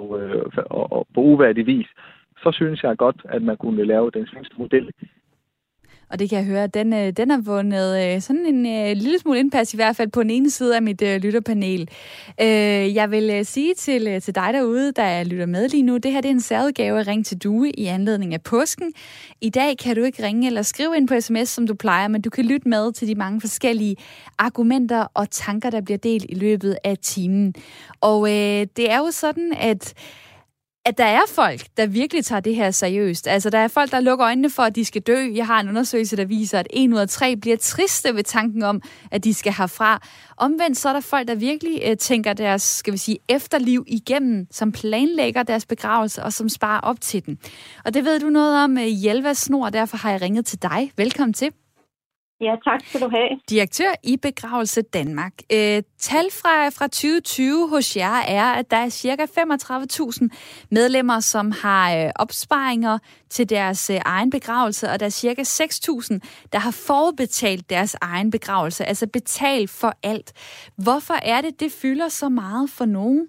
og på uværdig vis, så synes jeg godt, at man kunne lave den svenske model. Og det kan jeg høre, den har vundet sådan en lille smule indpas, i hvert fald på den ene side af mit lytterpanel. Jeg vil sige til dig derude, der lytter med lige nu, det her det er en særudgave af Ring til Due i anledning af påsken. I dag kan du ikke ringe eller skrive ind på sms, som du plejer, men du kan lytte med til de mange forskellige argumenter og tanker, der bliver delt i løbet af timen. Og det er jo sådan, at der er folk, der virkelig tager det her seriøst. Altså, der er folk, der lukker øjnene for, at de skal dø. Jeg har en undersøgelse, der viser, at 1 ud af 3 bliver triste ved tanken om, at de skal herfra. Omvendt så er der folk, der virkelig tænker deres, skal vi sige, efterliv igennem, som planlægger deres begravelse og som sparer op til den. Og det ved du noget om, Jelva Snor, derfor har jeg ringet til dig. Velkommen til. Ja, tak skal du have. Direktør i Begravelse Danmark. Tal fra 2020 hos jer er, at der er ca. 35.000 medlemmer, som har opsparinger til deres egen begravelse, og der er ca. 6.000, der har forudbetalt deres egen begravelse, altså betalt for alt. Hvorfor er det fylder så meget for nogen?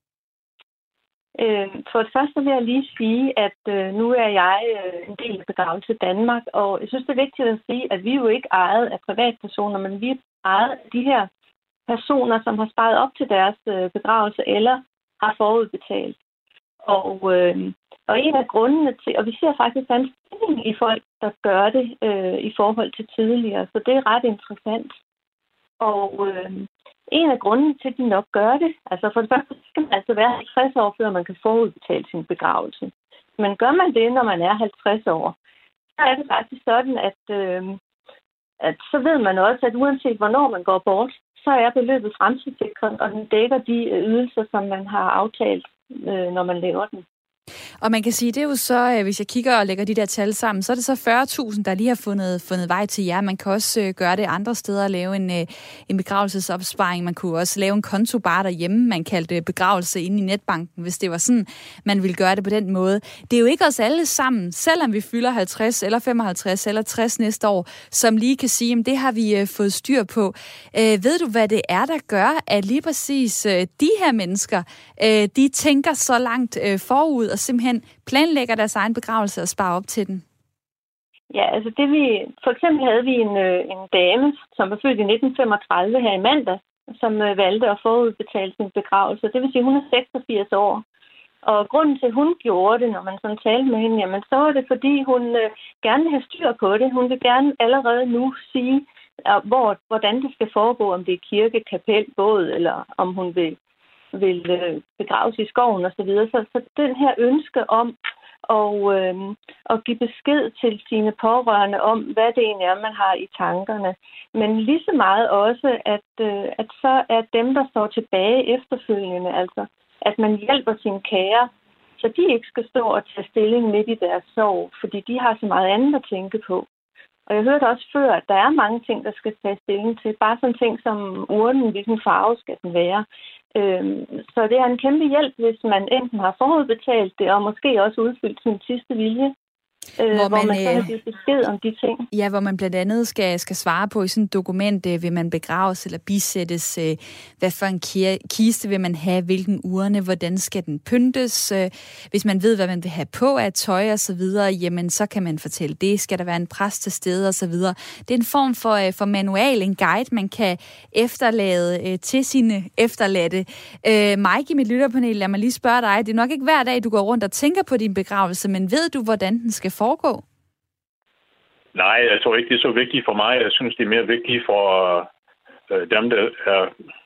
For det første vil jeg lige sige, at nu er jeg en del af Begravelse Danmark, og jeg synes, det er vigtigt at sige, at vi er jo ikke ejet af privatpersoner, men vi er ejet af de her personer, som har sparet op til deres begravelse eller har forudbetalt. Og en af grundene til, og vi ser faktisk en stigning i folk, der gør det i forhold til tidligere, så det er ret interessant. Og en af grundene til, at de nok gør det, altså for det første skal man altså være 50 år, før man kan forudbetale sin begravelse. Men gør man det, når man er 50 år, så er det faktisk sådan, at så ved man også, at uanset hvornår man går bort, så er beløbet fremtidssikret, og den dækker de ydelser, som man har aftalt, når man laver den. Og man kan sige, det er jo så, hvis jeg kigger og lægger de der tal sammen, så er det så 40.000, der lige har fundet vej til jer. Man kan også gøre det andre steder og lave en begravelsesopsparing. Man kunne også lave en konto bare derhjemme. Man kaldte begravelse inde i netbanken, hvis det var sådan, man ville gøre det på den måde. Det er jo ikke os alle sammen, selvom vi fylder 50 eller 55 eller 60 næste år, som lige kan sige, at det har vi fået styr på. Ved du, hvad det er, der gør, at lige præcis de her mennesker, de tænker så langt forud og simpelthen planlægger deres egen begravelse og sparer op til den? Ja, altså for eksempel havde vi en dame, som var født i 1935 her i mandag, som valgte at forudbetale sin begravelse. Det vil sige, at hun er 86 år. Og grunden til, at hun gjorde det, når man sådan talte med hende, jamen så var det, fordi hun gerne vil have styr på det. Hun vil gerne allerede nu sige, hvordan det skal foregå, om det er kirke, kapel, båd, eller om hun vil begraves i skoven osv. Så den her ønske om at give besked til sine pårørende om, hvad det egentlig er, man har i tankerne. Men lige så meget også, at så er dem, der står tilbage efterfølgende, altså at man hjælper sine kære, så de ikke skal stå og tage stilling midt i deres sorg, fordi de har så meget andet at tænke på. Og jeg hørte også før, at der er mange ting, der skal tage stilling til. Bare sådan ting som urnen, hvilken farve skal den være. Så det er en kæmpe hjælp, hvis man enten har forudbetalt det, og måske også udfyldt sin sidste vilje. Hvor man så har givet besked om de ting. Ja, hvor man blandt andet skal svare på i sådan et dokument, vil man begraves eller bisættes, hvad for en kiste vil man have, hvilken urne, hvordan skal den pyntes, hvis man ved, hvad man vil have på af tøj og så videre, jamen så kan man fortælle det, skal der være en præst til stede og så videre. Det er en form for manual, en guide, man kan efterlade til sine efterladte. Mike i mit lytterpanel, lad mig lige spørge dig, det er nok ikke hver dag, du går rundt og tænker på din begravelse, men ved du, hvordan den skal foregå? Nej, jeg tror ikke, det er så vigtigt for mig. Jeg synes, det er mere vigtigt for dem, der er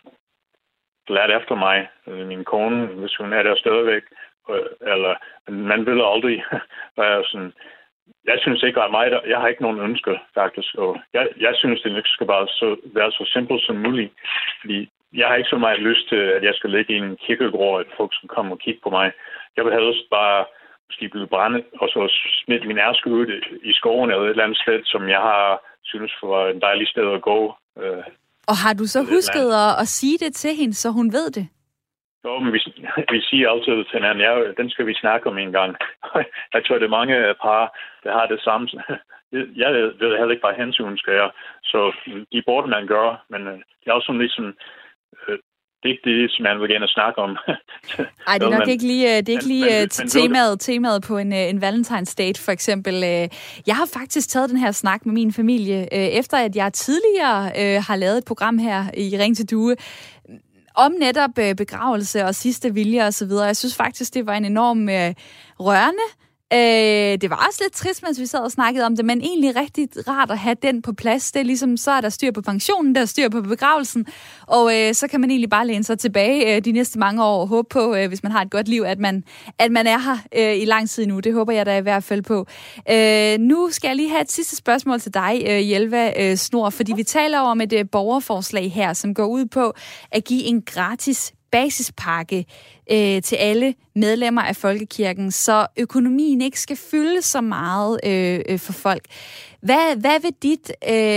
lært efter mig. Min kone, hvis hun er der stadigvæk. Eller, man vil aldrig være sådan... Jeg synes ikke, at jeg har ikke nogen ønsker, faktisk. Og jeg synes, det skal bare være så simpelt som muligt. Fordi jeg har ikke så meget lyst til, at jeg skal ligge i en kirkegård, at folk skal komme og kigge på mig. Jeg vil helst bare måske blive brændet, og så smidt min æske ud i skoven eller et eller andet sted, som jeg har synes var et dejligt sted at gå. Og har du så husket at sige det til hende, så hun ved det? Jo, men vi siger altid til hinanden, den skal vi snakke om en gang. Jeg tror, det er mange par, der har det samme. Jeg ved heller ikke, hvad hensyn skal jeg. Så de burde man gøre, men det er også ligesom... Det er ikke det, som man vil gerne snakke om. Nej, det er nok ikke lige temaet på en Valentine's Date, for eksempel. Jeg har faktisk taget den her snak med min familie, efter at jeg tidligere har lavet et program her i Ring til Due, om netop begravelse og sidste vilje og så videre. Jeg synes faktisk, det var en enorm rørende. Det var også lidt trist, mens vi sad og snakkede om det, men egentlig rigtig rart at have den på plads. Det er ligesom, så er der styr på pensionen, der er styr på begravelsen, og så kan man egentlig bare læne sig tilbage de næste mange år og håbe på, hvis man har et godt liv, at man er her i lang tid nu. Det håber jeg da i hvert fald på. Nu skal jeg lige have et sidste spørgsmål til dig, Jelva Snor, fordi vi taler om et borgerforslag her, som går ud på at give en gratis basispakke til alle medlemmer af Folkekirken, så økonomien ikke skal fylde så meget for folk. Hvad vil dit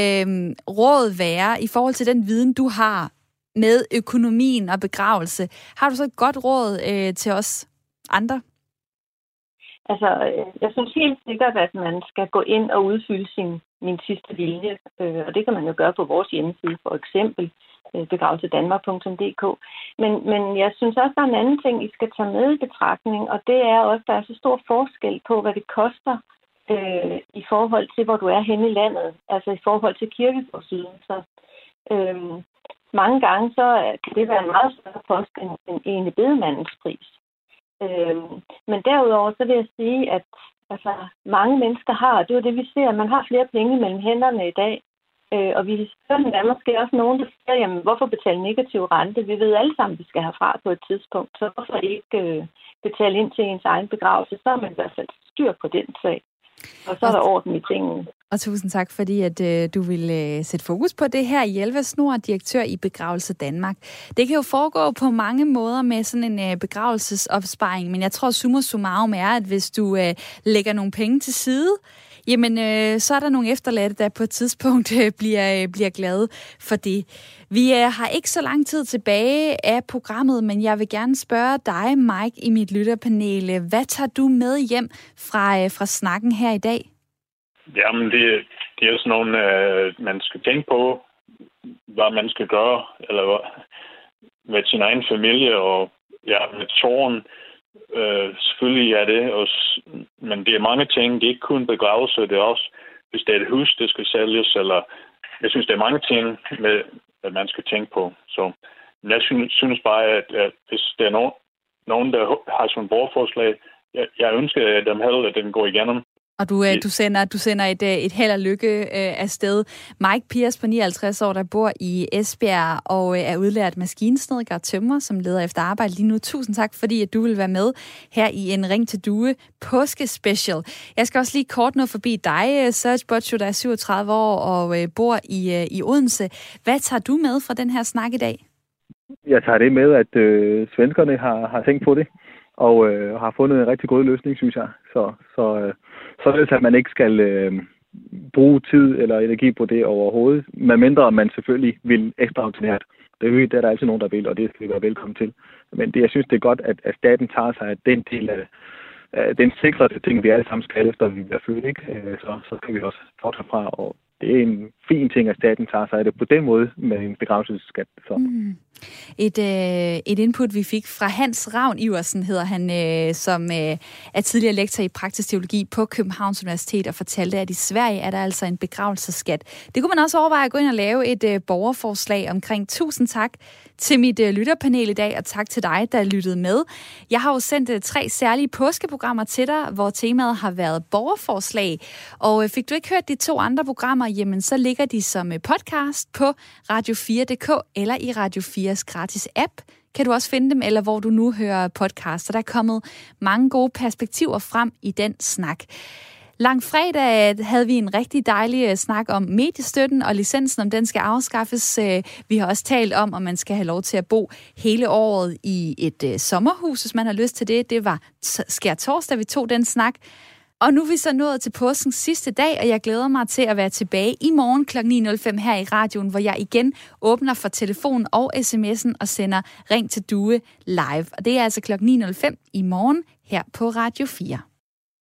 råd være i forhold til den viden, du har med økonomien og begravelse? Har du så et godt råd til os andre? Altså, jeg synes helt sikkert, at man skal gå ind og udfylde min sidste vilje, og det kan man jo gøre på vores hjemmeside, for eksempel begravelsedanmark.dk. Men jeg synes også, der er en anden ting, I skal tage med i betragtning, og det er også, der er så stor forskel på, hvad det koster i forhold til, hvor du er henne i landet, altså i forhold til kirkegårdsydelser. Mange gange så kan det være en meget større post end egentlig bedemandens pris. Men derudover så vil jeg sige, at altså, mange mennesker har, og det er jo det, vi ser, at man har flere penge mellem hænderne i dag. Og vi er måske også nogen, der siger, jamen, hvorfor betale negativ rente? Vi ved alle sammen, at vi skal have fra på et tidspunkt, så hvorfor ikke betale ind til ens egen begravelse? Så er man i hvert fald styr på den sag. Og så er der orden i tingene. Og tusind tak, fordi at du vil sætte fokus på det her. Jelva Snor, direktør i Begravelse Danmark. Det kan jo foregå på mange måder med sådan en begravelsesopsparing, men jeg tror summa summarum er, at hvis du lægger nogle penge til side, jamen så er der nogle efterladte, der på et tidspunkt bliver glade for det. Vi har ikke så lang tid tilbage af programmet, men jeg vil gerne spørge dig, Mike, i mit lytterpanel. Hvad tager du med hjem fra snakken her i dag? Jamen, det er sådan nogle, man skal tænke på, hvad man skal gøre, eller med sin egen familie, og ja, med tåren. Selvfølgelig er det også, men det er mange ting. Det er ikke kun begravelse, det er også, hvis det er et hus, det skal sælges, eller jeg synes, det er mange ting, med, at man skal tænke på. Så jeg synes bare, at hvis der er nogen, der har sådan et borgerforslag, jeg ønsker dem heller, at den går igennem. Og du sender et held og lykke afsted. Mike Piers på 59 år, der bor i Esbjerg og er udlært maskinsnedker og tømrer, som leder efter arbejde lige nu. Tusind tak, fordi at du vil være med her i en Ring til Due påskespecial. Jeg skal også lige kort nå forbi dig, Serge Boccio, der er 37 år og bor i Odense. Hvad tager du med fra den her snak i dag? Jeg tager det med, at svenskerne har tænkt på det, og har fundet en rigtig god løsning, synes jeg. Således at man ikke skal bruge tid eller energi på det overhovedet, medmindre man selvfølgelig vil ekstraordinært. Det er der altid nogen, der vil, og det skal vi være velkommen til. Men jeg synes, det er godt, at staten tager sig af den del af den sikrede ting, vi alle sammen skal efter, vi bliver født, ikke? Så kan vi også fortsætte fra, og det er en fin ting, at staten tager sig af det på den måde med en begravelsesskat. Et input, vi fik fra Hans Ravn Iversen, hedder han, som er tidligere lektor i praktisk teologi på Københavns Universitet, og fortalte, at i Sverige er der altså en begravelsesskat. Det kunne man også overveje at gå ind og lave et borgerforslag omkring. Tusind tak til mit lytterpanel i dag, og tak til dig, der lyttede med. Jeg har jo sendt 3 særlige påskeprogrammer til dig, hvor temaet har været borgerforslag. Og fik du ikke hørt de 2 andre programmer, jamen så ligger de som podcast på radio4.dk eller i Radio 4's gratis app. Kan du også finde dem, eller hvor du nu hører podcast. Så der er kommet mange gode perspektiver frem i den snak. Langfredag havde vi en rigtig dejlig snak om mediestøtten og licensen, om den skal afskaffes. Vi har også talt om man skal have lov til at bo hele året i et sommerhus, hvis man har lyst til det. Det var skærtorsdag, vi tog den snak. Og nu er vi så nået til påskens sidste dag, og jeg glæder mig til at være tilbage i morgen kl. 9.05 her i radioen, hvor jeg igen åbner for telefonen og sms'en og sender Ring til Due live. Og det er altså kl. 9.05 i morgen her på Radio 4.